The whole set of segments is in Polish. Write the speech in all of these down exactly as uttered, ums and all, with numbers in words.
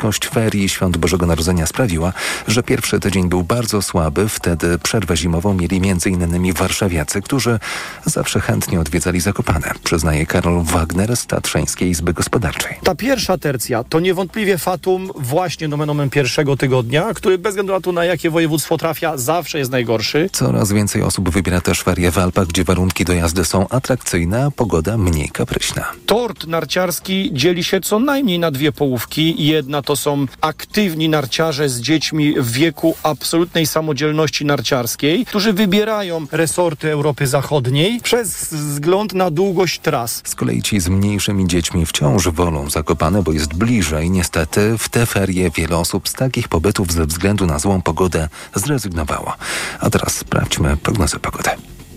Krótkość ferii Świąt Bożego Narodzenia sprawiła, że pierwszy tydzień był bardzo słaby. Wtedy przerwę zimową mieli między innymi warszawiacy, którzy zawsze chętnie odwiedzali Zakopane, przyznaje Karol Wagner z Tatrzańskiej Izby Gospodarczej. Ta pierwsza tercja to niewątpliwie fatum właśnie nomen omen pierwszego tygodnia, który bez względu na to, na jakie województwo trafia, zawsze jest najgorszy. Coraz więcej osób wybiera też ferie w Alpach, gdzie warunki do jazdy są atrakcyjne, a pogoda mniej kapryśna. Tort narciarski dzieli się co najmniej na dwie połówki. Jedna to są aktywni narciarze z dziećmi w wieku absolutnej samodzielności narciarskiej, którzy wybierają resorty Europy Zachodniej przez wzgląd na długość tras. Z kolei ci z mniejszymi dziećmi wciąż wolą Zakopane, bo jest bliżej. Niestety w te ferie wiele osób z takich pobytów ze względu na złą pogodę zrezygnowało. A teraz sprawdźmy prognozę pogody.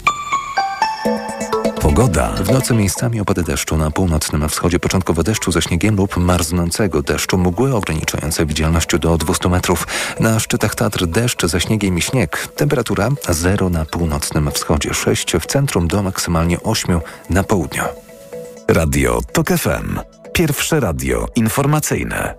Pogoda. W nocy miejscami opady deszczu na północnym wschodzie, początkowo deszczu ze śniegiem lub marznącego deszczu, mgły ograniczające widzialność do dwieście metrów. Na szczytach Tatr deszcz ze śniegiem i śnieg. Temperatura zero na północnym wschodzie, sześć w centrum do maksymalnie osiem na południu. Radio TOK F M. Pierwsze radio informacyjne.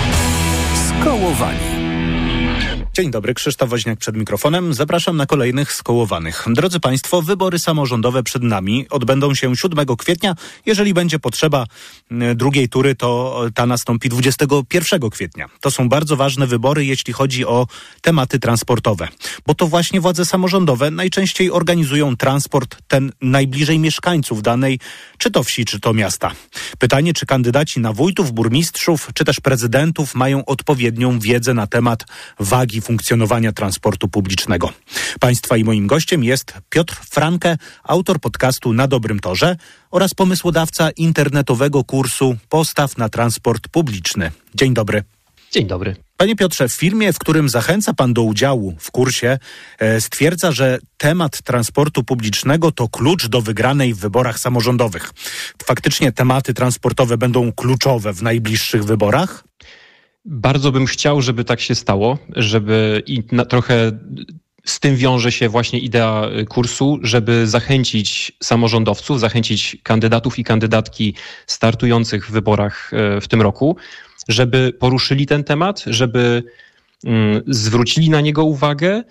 Skołowani. Dzień dobry, Krzysztof Woźniak przed mikrofonem. Zapraszam na kolejnych Skołowanych. Drodzy Państwo, wybory samorządowe przed nami odbędą się siódmego kwietnia. Jeżeli będzie potrzeba drugiej tury, to ta nastąpi dwudziestego pierwszego kwietnia. To są bardzo ważne wybory, jeśli chodzi o tematy transportowe. Bo to właśnie władze samorządowe najczęściej organizują transport ten najbliżej mieszkańców danej, czy to wsi, czy to miasta. Pytanie, czy kandydaci na wójtów, burmistrzów, czy też prezydentów mają odpowiednią wiedzę na temat wagi funkcjonowania transportu publicznego. Państwa i moim gościem jest Piotr Franke, autor podcastu Na Dobrym Torze oraz pomysłodawca internetowego kursu Postaw na transport publiczny. Dzień dobry. Dzień dobry. Panie Piotrze, w filmie, w którym zachęca pan do udziału w kursie, e, stwierdza, że temat transportu publicznego to klucz do wygranej w wyborach samorządowych. Faktycznie tematy transportowe będą kluczowe w najbliższych wyborach? Bardzo bym chciał, żeby tak się stało, żeby i na, trochę z tym wiąże się właśnie idea kursu, żeby zachęcić samorządowców, zachęcić kandydatów i kandydatki startujących w wyborach w tym roku, żeby poruszyli ten temat, żeby mm, zwrócili na niego uwagę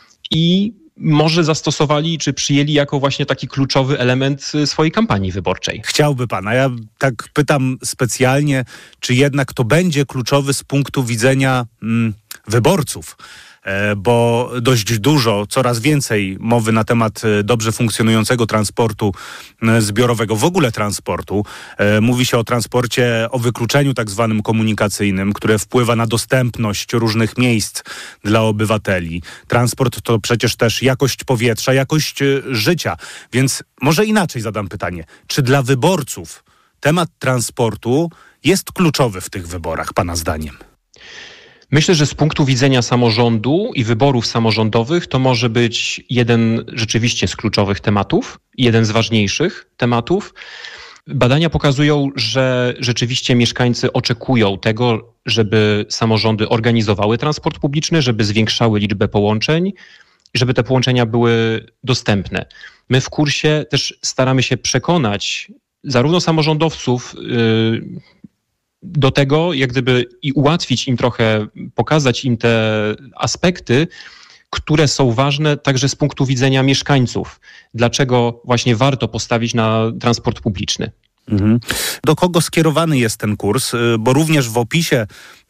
i może zastosowali czy przyjęli jako właśnie taki kluczowy element swojej kampanii wyborczej. Chciałby pan, a ja tak pytam specjalnie, czy jednak to będzie kluczowy z punktu widzenia mm, wyborców, e, bo dość dużo, coraz więcej mowy na temat dobrze funkcjonującego transportu zbiorowego, w ogóle transportu. E, mówi się o transporcie, o wykluczeniu tak zwanym komunikacyjnym, które wpływa na dostępność różnych miejsc dla obywateli. Transport to przecież też jakość powietrza, jakość życia. Więc może inaczej zadam pytanie. Czy dla wyborców temat transportu jest kluczowy w tych wyborach, pana zdaniem? Myślę, że z punktu widzenia samorządu i wyborów samorządowych to może być jeden rzeczywiście z kluczowych tematów, jeden z ważniejszych tematów. Badania pokazują, że rzeczywiście mieszkańcy oczekują tego, żeby samorządy organizowały transport publiczny, żeby zwiększały liczbę połączeń i żeby te połączenia były dostępne. My w kursie też staramy się przekonać zarówno samorządowców yy, do tego, jak gdyby i ułatwić im trochę, pokazać im te aspekty, które są ważne także z punktu widzenia mieszkańców. Dlaczego właśnie warto postawić na transport publiczny? Mhm. Do kogo skierowany jest ten kurs? Bo również w opisie,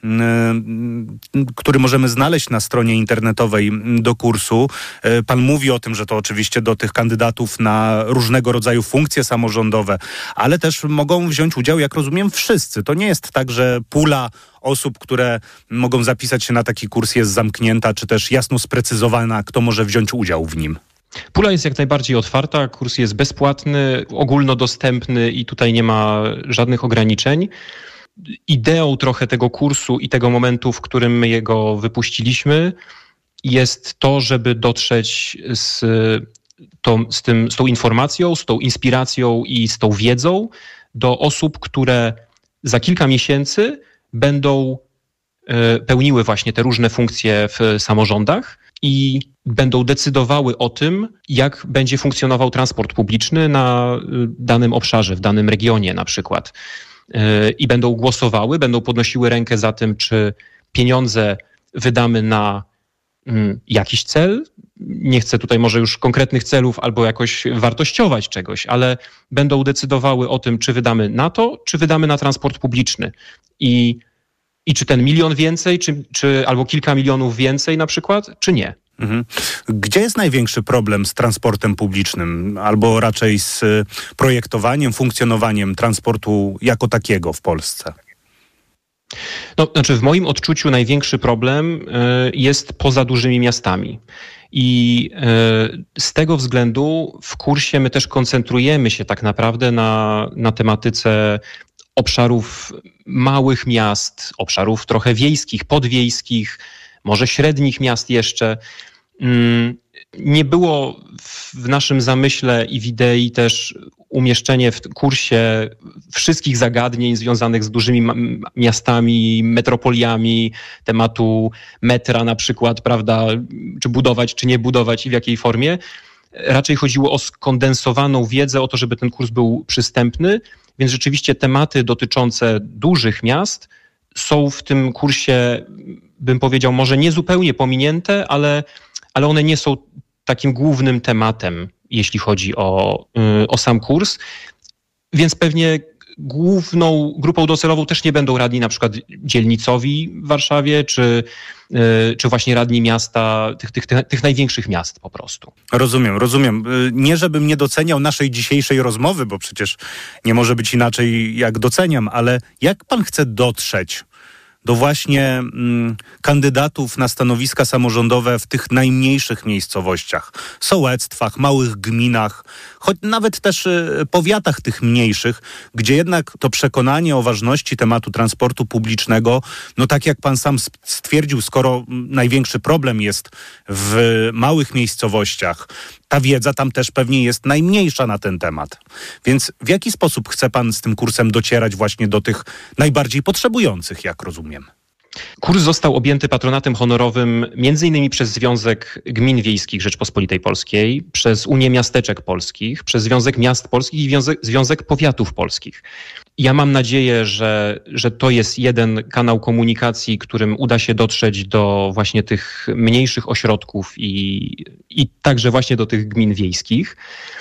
który możemy znaleźć na stronie internetowej do kursu, pan mówi o tym, że to oczywiście do tych kandydatów na różnego rodzaju funkcje samorządowe, ale też mogą wziąć udział, jak rozumiem, wszyscy. To nie jest tak, że pula osób, które mogą zapisać się na taki kurs, jest zamknięta, czy też jasno sprecyzowana, kto może wziąć udział w nim. Pula jest jak najbardziej otwarta, kurs jest bezpłatny, ogólnodostępny i tutaj nie ma żadnych ograniczeń. Ideą trochę tego kursu i tego momentu, w którym my jego wypuściliśmy, jest to, żeby dotrzeć z tą, z tym, z tą informacją, z tą inspiracją i z tą wiedzą do osób, które za kilka miesięcy będą pełniły właśnie te różne funkcje w samorządach i będą decydowały o tym, jak będzie funkcjonował transport publiczny na danym obszarze, w danym regionie na przykład. i będą głosowały, będą podnosiły rękę za tym, czy pieniądze wydamy na jakiś cel. Nie chcę tutaj może już konkretnych celów albo jakoś wartościować czegoś, ale będą decydowały o tym, czy wydamy na to, czy wydamy na transport publiczny. I, i czy ten milion więcej, czy, czy albo kilka milionów więcej na przykład, czy nie. Mhm. Gdzie jest największy problem z transportem publicznym, albo raczej z projektowaniem, funkcjonowaniem transportu jako takiego w Polsce? No, znaczy w moim odczuciu największy problem jest poza dużymi miastami. I z tego względu w kursie my też koncentrujemy się tak naprawdę na, na tematyce obszarów małych miast, obszarów trochę wiejskich, podwiejskich, może średnich miast jeszcze. Nie było w naszym zamyśle i w idei też umieszczenie w kursie wszystkich zagadnień związanych z dużymi miastami, metropoliami, tematu metra na przykład, prawda, czy budować, czy nie budować i w jakiej formie. Raczej chodziło o skondensowaną wiedzę, o to, żeby ten kurs był przystępny, więc rzeczywiście tematy dotyczące dużych miast są w tym kursie, bym powiedział, może nie zupełnie pominięte, ale, ale one nie są takim głównym tematem, jeśli chodzi o, o sam kurs. Więc pewnie główną grupą docelową też nie będą radni na przykład dzielnicowi w Warszawie, czy, czy właśnie radni miasta, tych, tych, tych największych miast po prostu. Rozumiem, rozumiem. Nie żebym nie doceniał naszej dzisiejszej rozmowy, bo przecież nie może być inaczej, jak doceniam, ale jak pan chce dotrzeć do właśnie mm, kandydatów na stanowiska samorządowe w tych najmniejszych miejscowościach, sołectwach, małych gminach, choć nawet też y, powiatach tych mniejszych, gdzie jednak to przekonanie o ważności tematu transportu publicznego, no tak jak pan sam stwierdził, skoro największy problem jest w małych miejscowościach, ta wiedza tam też pewnie jest najmniejsza na ten temat. Więc w jaki sposób chce pan z tym kursem docierać właśnie do tych najbardziej potrzebujących, jak rozumiem? Kurs został objęty patronatem honorowym między innymi przez Związek Gmin Wiejskich Rzeczpospolitej Polskiej, przez Unię Miasteczek Polskich, przez Związek Miast Polskich i Związek, Związek Powiatów Polskich. Ja mam nadzieję, że, że to jest jeden kanał komunikacji, którym uda się dotrzeć do właśnie tych mniejszych ośrodków i, i także właśnie do tych gmin wiejskich.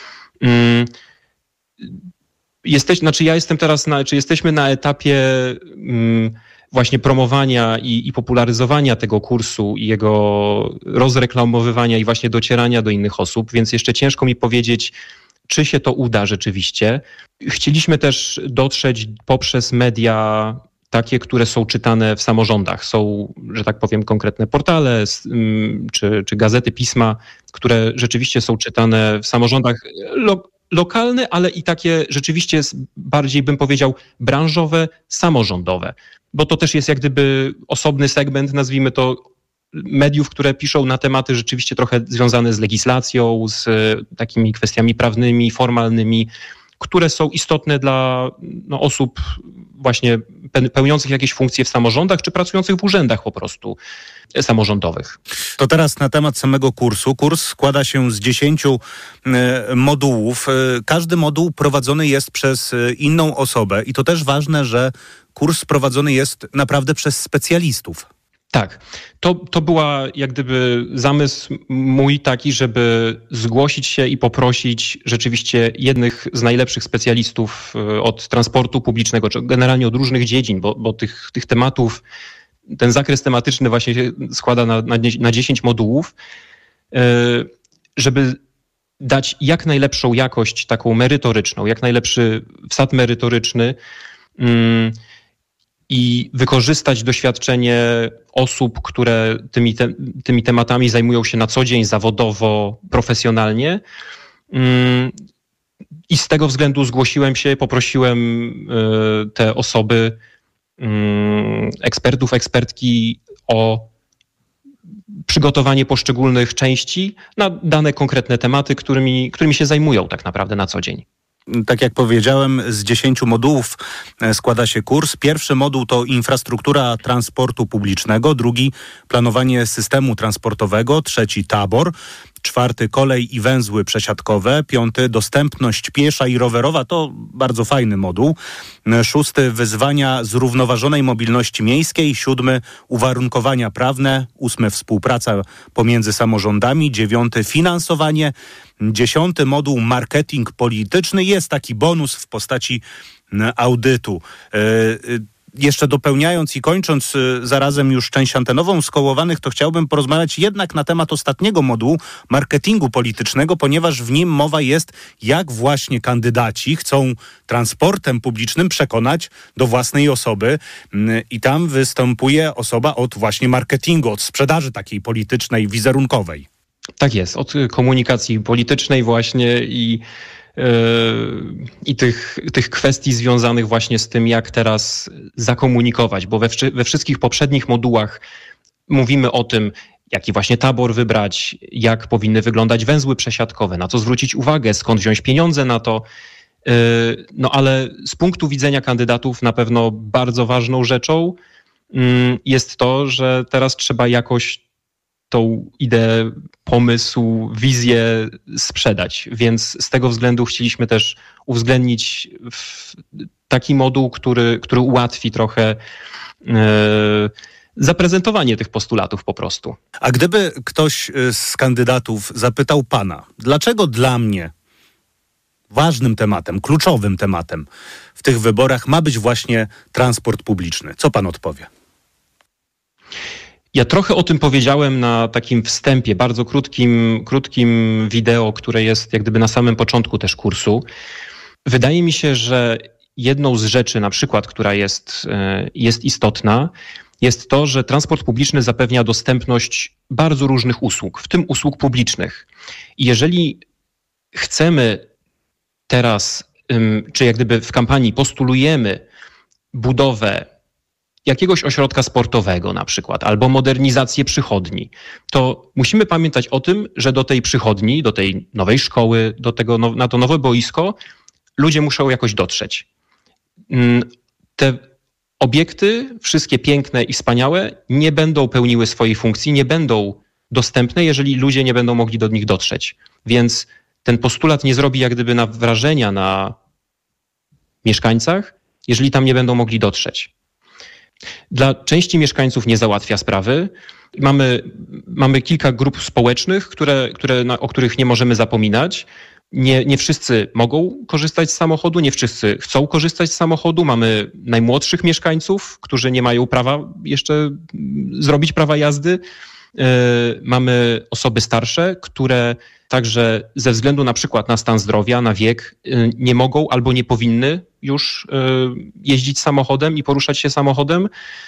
Jesteś, znaczy ja jestem teraz, na, czy jesteśmy na etapie właśnie promowania i, i popularyzowania tego kursu i jego rozreklamowywania i właśnie docierania do innych osób, więc jeszcze ciężko mi powiedzieć, czy się to uda rzeczywiście. Chcieliśmy też dotrzeć poprzez media takie, które są czytane w samorządach. Są, że tak powiem, konkretne portale czy, czy gazety, pisma, które rzeczywiście są czytane w samorządach lo, lokalne, ale i takie rzeczywiście bardziej, bym powiedział, branżowe, samorządowe. Bo to też jest jak gdyby osobny segment, nazwijmy to, mediów, które piszą na tematy rzeczywiście trochę związane z legislacją, z takimi kwestiami prawnymi, formalnymi, które są istotne dla no, osób właśnie pełniących jakieś funkcje w samorządach, czy pracujących w urzędach po prostu samorządowych. To teraz na temat samego kursu. Kurs składa się z dziesięciu e, modułów. E, każdy moduł prowadzony jest przez e, inną osobę i to też ważne, że kurs prowadzony jest naprawdę przez specjalistów. Tak, to, to była jak gdyby zamysł mój taki, żeby zgłosić się i poprosić rzeczywiście jednych z najlepszych specjalistów od transportu publicznego, czy generalnie od różnych dziedzin, bo, bo tych, tych tematów, ten zakres tematyczny właśnie się składa na, na, na dziesięć modułów, żeby dać jak najlepszą jakość taką merytoryczną, jak najlepszy wsad merytoryczny, i wykorzystać doświadczenie osób, które tymi, te, tymi tematami zajmują się na co dzień, zawodowo, profesjonalnie. I z tego względu zgłosiłem się, poprosiłem te osoby, ekspertów, ekspertki o przygotowanie poszczególnych części na dane konkretne tematy, którymi, którymi się zajmują tak naprawdę na co dzień. Tak jak powiedziałem, z dziesięciu modułów składa się kurs. Pierwszy moduł to infrastruktura transportu publicznego, drugi planowanie systemu transportowego, trzeci tabor, czwarty kolej i węzły przesiadkowe, piąty dostępność piesza i rowerowa, to bardzo fajny moduł, szósty wyzwania zrównoważonej mobilności miejskiej, siódmy uwarunkowania prawne, ósmy współpraca pomiędzy samorządami, dziewiąty finansowanie, dziesiąty moduł marketing polityczny, jest taki bonus w postaci audytu. Jeszcze dopełniając i kończąc zarazem już część antenową Skołowanych, to chciałbym porozmawiać jednak na temat ostatniego modułu marketingu politycznego, ponieważ w nim mowa jest, jak właśnie kandydaci chcą transportem publicznym przekonać do własnej osoby i tam występuje osoba od właśnie marketingu, od sprzedaży takiej politycznej, wizerunkowej. Tak jest, od komunikacji politycznej właśnie i i tych, tych kwestii związanych właśnie z tym, jak teraz zakomunikować, bo we, we wszystkich poprzednich modułach mówimy o tym, jaki właśnie tabor wybrać, jak powinny wyglądać węzły przesiadkowe, na co zwrócić uwagę, skąd wziąć pieniądze na to. No ale z punktu widzenia kandydatów na pewno bardzo ważną rzeczą jest to, że teraz trzeba jakoś tą ideę, pomysł, wizję sprzedać. Więc z tego względu chcieliśmy też uwzględnić taki moduł, który, który ułatwi trochę e, zaprezentowanie tych postulatów po prostu. A gdyby ktoś z kandydatów zapytał pana, dlaczego dla mnie ważnym tematem, kluczowym tematem w tych wyborach ma być właśnie transport publiczny, co pan odpowie? Ja trochę o tym powiedziałem na takim wstępie, bardzo krótkim, krótkim wideo, które jest jak gdyby na samym początku też kursu. Wydaje mi się, że jedną z rzeczy na przykład, która jest, jest istotna, jest to, że transport publiczny zapewnia dostępność bardzo różnych usług, w tym usług publicznych. I jeżeli chcemy teraz, czy jak gdyby w kampanii postulujemy budowę jakiegoś ośrodka sportowego na przykład, albo modernizację przychodni, to musimy pamiętać o tym, że do tej przychodni, do tej nowej szkoły, do tego, na to nowe boisko ludzie muszą jakoś dotrzeć. Te obiekty, wszystkie piękne i wspaniałe, nie będą pełniły swojej funkcji, nie będą dostępne, jeżeli ludzie nie będą mogli do nich dotrzeć. Więc ten postulat nie zrobi jak gdyby na wrażenia na mieszkańcach, jeżeli tam nie będą mogli dotrzeć. Dla części mieszkańców nie załatwia sprawy. Mamy, mamy kilka grup społecznych, które, które, o których nie możemy zapominać. Nie, nie wszyscy mogą korzystać z samochodu, nie wszyscy chcą korzystać z samochodu. Mamy najmłodszych mieszkańców, którzy nie mają prawa jeszcze zrobić prawa jazdy. Mamy osoby starsze, które także ze względu na przykład na stan zdrowia, na wiek nie mogą albo nie powinny już jeździć samochodem i poruszać się samochodem.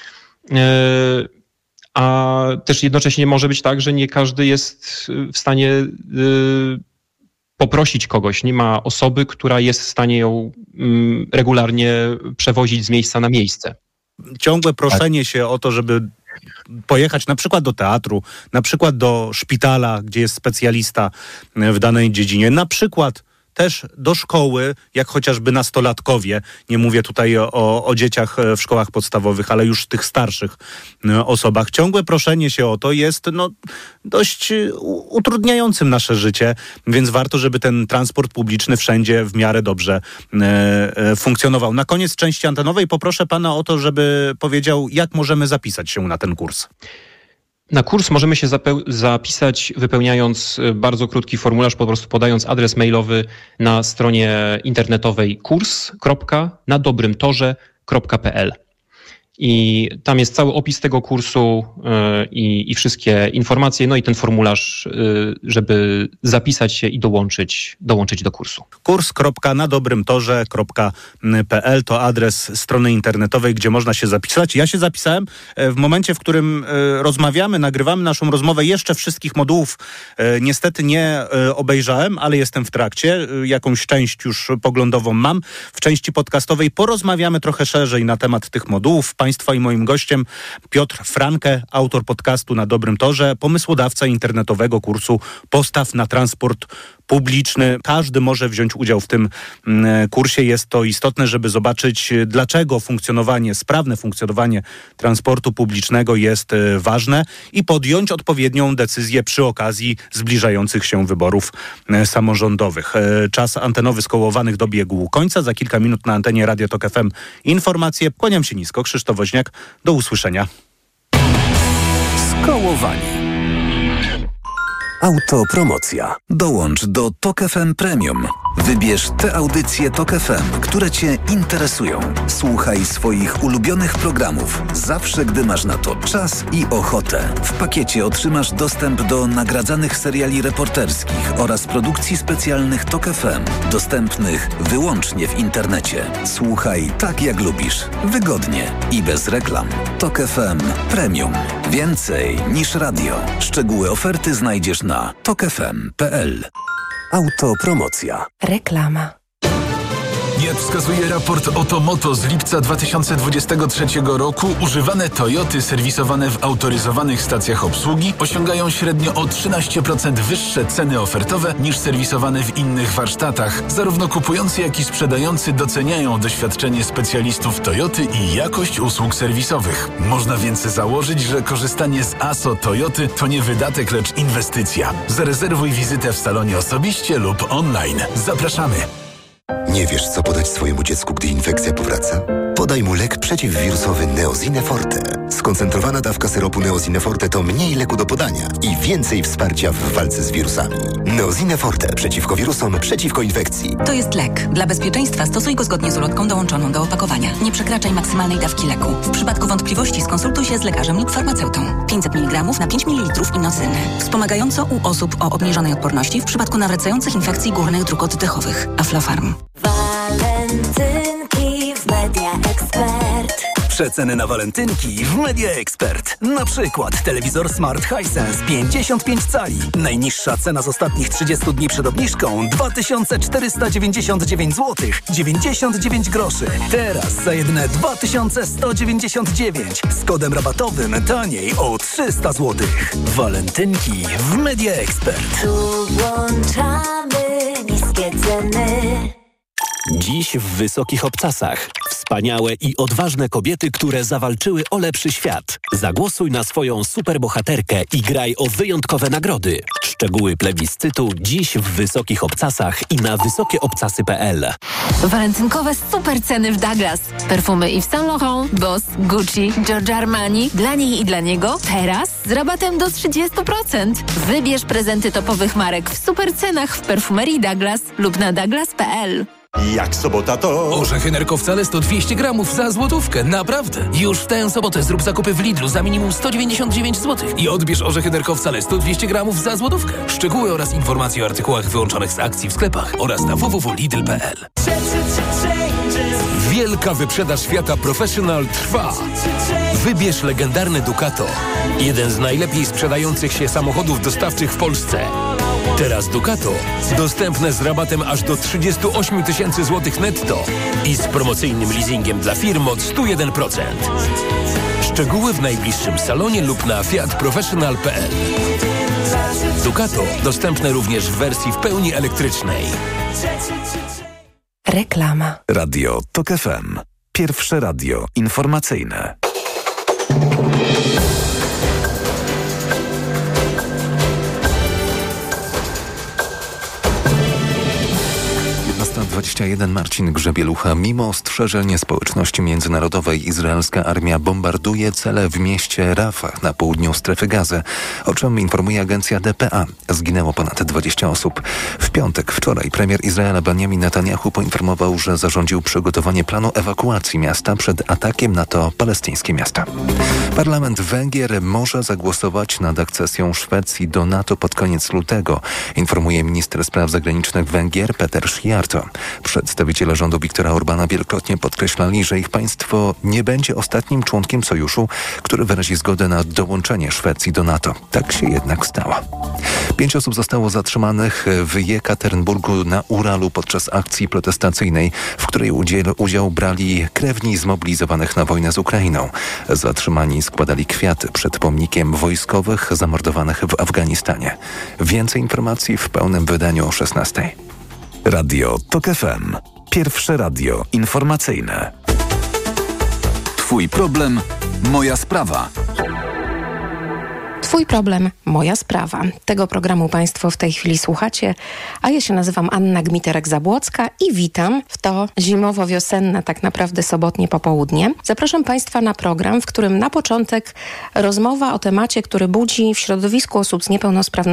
A też jednocześnie może być tak, że nie każdy jest w stanie poprosić kogoś. Nie ma osoby, która jest w stanie ją regularnie przewozić z miejsca na miejsce. Ciągłe proszenie się o to, żeby pojechać na przykład do teatru, na przykład do szpitala, gdzie jest specjalista w danej dziedzinie, na przykład też do szkoły, jak chociażby nastolatkowie. Nie mówię tutaj o, o dzieciach w szkołach podstawowych, ale już tych starszych osobach. Ciągłe proszenie się o to jest no, dość utrudniającym nasze życie, więc warto, żeby ten transport publiczny wszędzie w miarę dobrze e, funkcjonował. Na koniec części antenowej poproszę pana o to, żeby powiedział, jak możemy zapisać się na ten kurs. Na kurs możemy się zapeł- zapisać wypełniając bardzo krótki formularz, po prostu podając adres mailowy na stronie internetowej kurs kropka na dobrym torze kropka p l. I tam jest cały opis tego kursu yy, i, i wszystkie informacje, no i ten formularz, yy, żeby zapisać się i dołączyć, dołączyć do kursu. kurs kropka na dobrym torze kropka p l to adres strony internetowej, gdzie można się zapisać. Ja się zapisałem w momencie, w którym yy, rozmawiamy, nagrywamy naszą rozmowę. Jeszcze wszystkich modułów yy, niestety nie yy, obejrzałem, ale jestem w trakcie. Yy, jakąś część już poglądową mam. W części podcastowej porozmawiamy trochę szerzej na temat tych modułów. Państwa i moim gościem Piotr Franke, autor podcastu Na Dobrym Torze, pomysłodawca internetowego kursu Postaw na transport publiczny. Każdy może wziąć udział w tym kursie. Jest to istotne, żeby zobaczyć, dlaczego funkcjonowanie, sprawne funkcjonowanie transportu publicznego jest ważne i podjąć odpowiednią decyzję przy okazji zbliżających się wyborów samorządowych. Czas antenowy Skołowanych dobiegł końca. Za kilka minut na antenie Radio Tok F M informacje. Kłaniam się nisko. Krzysztof Woźniak. Do usłyszenia. Skołowani. Autopromocja. Dołącz do Tok F M Premium. Wybierz te audycje Tok F M, które Cię interesują. Słuchaj swoich ulubionych programów zawsze, gdy masz na to czas i ochotę. W pakiecie otrzymasz dostęp do nagradzanych seriali reporterskich oraz produkcji specjalnych Tok F M, dostępnych wyłącznie w internecie. Słuchaj tak, jak lubisz. Wygodnie i bez reklam. Tok F M Premium. Więcej niż radio. Szczegóły oferty znajdziesz na tok f m kropka p l. Autopromocja. Reklama. Jak wskazuje raport Otomoto z lipca dwa tysiące dwudziestego trzeciego roku, używane Toyoty serwisowane w autoryzowanych stacjach obsługi osiągają średnio o trzynaście procent wyższe ceny ofertowe niż serwisowane w innych warsztatach. Zarówno kupujący, jak i sprzedający doceniają doświadczenie specjalistów Toyoty i jakość usług serwisowych. Można więc założyć, że korzystanie z A S O Toyoty to nie wydatek, lecz inwestycja. Zarezerwuj wizytę w salonie osobiście lub online. Zapraszamy! Nie wiesz, co podać swojemu dziecku, gdy infekcja powraca? Podaj mu lek przeciwwirusowy Neosine Forte. Skoncentrowana dawka syropu Neosine Forte to mniej leku do podania i więcej wsparcia w walce z wirusami. Neosine Forte przeciwko wirusom, przeciwko infekcji. To jest lek. Dla bezpieczeństwa stosuj go zgodnie z ulotką dołączoną do opakowania. Nie przekraczaj maksymalnej dawki leku. W przypadku wątpliwości skonsultuj się z lekarzem lub farmaceutą. pięćset miligramów na pięć mililitrów inocyny. Wspomagająco u osób o obniżonej odporności w przypadku nawracających infekcji górnych dróg oddechowych. Aflofarm. Walentynki w Media Expert. Przeceny na walentynki w Media Expert. Na przykład telewizor Smart Hisense pięćdziesiąt pięć cali. Najniższa cena z ostatnich trzydziestu dni przed obniżką dwa tysiące czterysta dziewięćdziesiąt dziewięć złotych dziewięćdziesiąt dziewięć groszy. Teraz za jedyne dwa tysiące sto dziewięćdziesiąt dziewięć. Z kodem rabatowym taniej o trzysta złotych. Walentynki w Media Expert. Tu włączamy niskie ceny. Dziś w Wysokich Obcasach. Wspaniałe i odważne kobiety, które zawalczyły o lepszy świat. Zagłosuj na swoją superbohaterkę i graj o wyjątkowe nagrody. Szczegóły plebiscytu dziś w Wysokich Obcasach i na wysokie obcasy kropka p l. Walentynkowe super ceny w Douglas. Perfumy Yves Saint Laurent, Boss, Gucci, Giorgio Armani. Dla niej i dla niego teraz z rabatem do trzydzieści procent. Wybierz prezenty topowych marek w super cenach w perfumerii Douglas lub na douglas kropka p l. Jak sobota to... Orzechy nerkowcale sto dwieście gramów za złotówkę. Naprawdę. Już w tę sobotę zrób zakupy w Lidlu za minimum sto dziewięćdziesiąt dziewięć złotych i odbierz orzechy nerkowcale sto dwieście gramów za złotówkę. Szczegóły oraz informacje o artykułach wyłączonych z akcji w sklepach oraz na w w w kropka lidl kropka p l. Wielka wyprzedaż Fiata Professional trwa. Wybierz legendarny Ducato. Jeden z najlepiej sprzedających się samochodów dostawczych w Polsce. Teraz Ducato dostępne z rabatem aż do trzydzieści osiem tysięcy złotych netto i z promocyjnym leasingiem dla firm od sto jeden procent. Szczegóły w najbliższym salonie lub na fiat professional kropka p l. Ducato dostępne również w wersji w pełni elektrycznej. Reklama. Radio Tok F M. Pierwsze radio informacyjne. dwadzieścia jeden Marcin Grzebielucha. Mimo ostrzeżeń społeczności międzynarodowej izraelska armia bombarduje cele w mieście Rafah na południu strefy Gazy, o czym informuje agencja D P A. Zginęło ponad dwadzieścia osób. W piątek, wczoraj, premier Izraela Benjamin Netanyahu poinformował, że zarządził przygotowanie planu ewakuacji miasta przed atakiem na to palestyńskie miasta. Parlament Węgier może zagłosować nad akcesją Szwecji do NATO pod koniec lutego, informuje minister spraw zagranicznych Węgier Peter Szijjarto. Przedstawiciele rządu Viktora Orbana wielokrotnie podkreślali, że ich państwo nie będzie ostatnim członkiem sojuszu, który wyrazi zgodę na dołączenie Szwecji do NATO. Tak się jednak stało. Pięć osób zostało zatrzymanych w Jekaterinburgu na Uralu podczas akcji protestacyjnej, w której udział, udział brali krewni zmobilizowanych na wojnę z Ukrainą. Zatrzymani składali kwiaty przed pomnikiem wojskowych zamordowanych w Afganistanie. Więcej informacji w pełnym wydaniu o szesnastej. Radio TOK F M. Pierwsze radio informacyjne. Twój problem, moja sprawa. Twój problem, moja sprawa. Tego programu Państwo w tej chwili słuchacie, a ja się nazywam Anna Gmiterek-Zabłocka i witam w to zimowo-wiosenne, tak naprawdę sobotnie popołudnie. Zapraszam Państwa na program, w którym na początek rozmowa o temacie, który budzi w środowisku osób z niepełnosprawnością